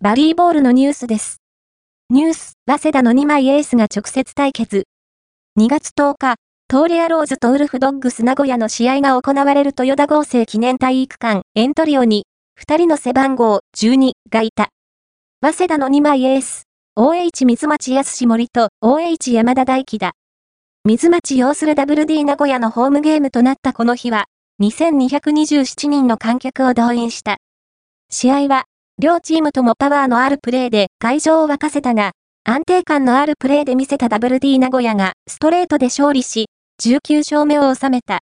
ラリーボールのニュースです。ニュース、早稲田の2枚エースが直接対決。2月10日、東レアローズとウルフドッグス名古屋の試合が行われる豊田合成記念体育館エントリオに、2人の背番号12がいた。早稲田の2枚エース、OH 水町康森と OH 山田大輝だ。水町擁する WD 名古屋のホームゲームとなったこの日は、2227人の観客を動員した。試合は、両チームともパワーのあるプレーで会場を沸かせたが、安定感のあるプレーで見せた WD 名古屋がストレートで勝利し、19勝目を収めた。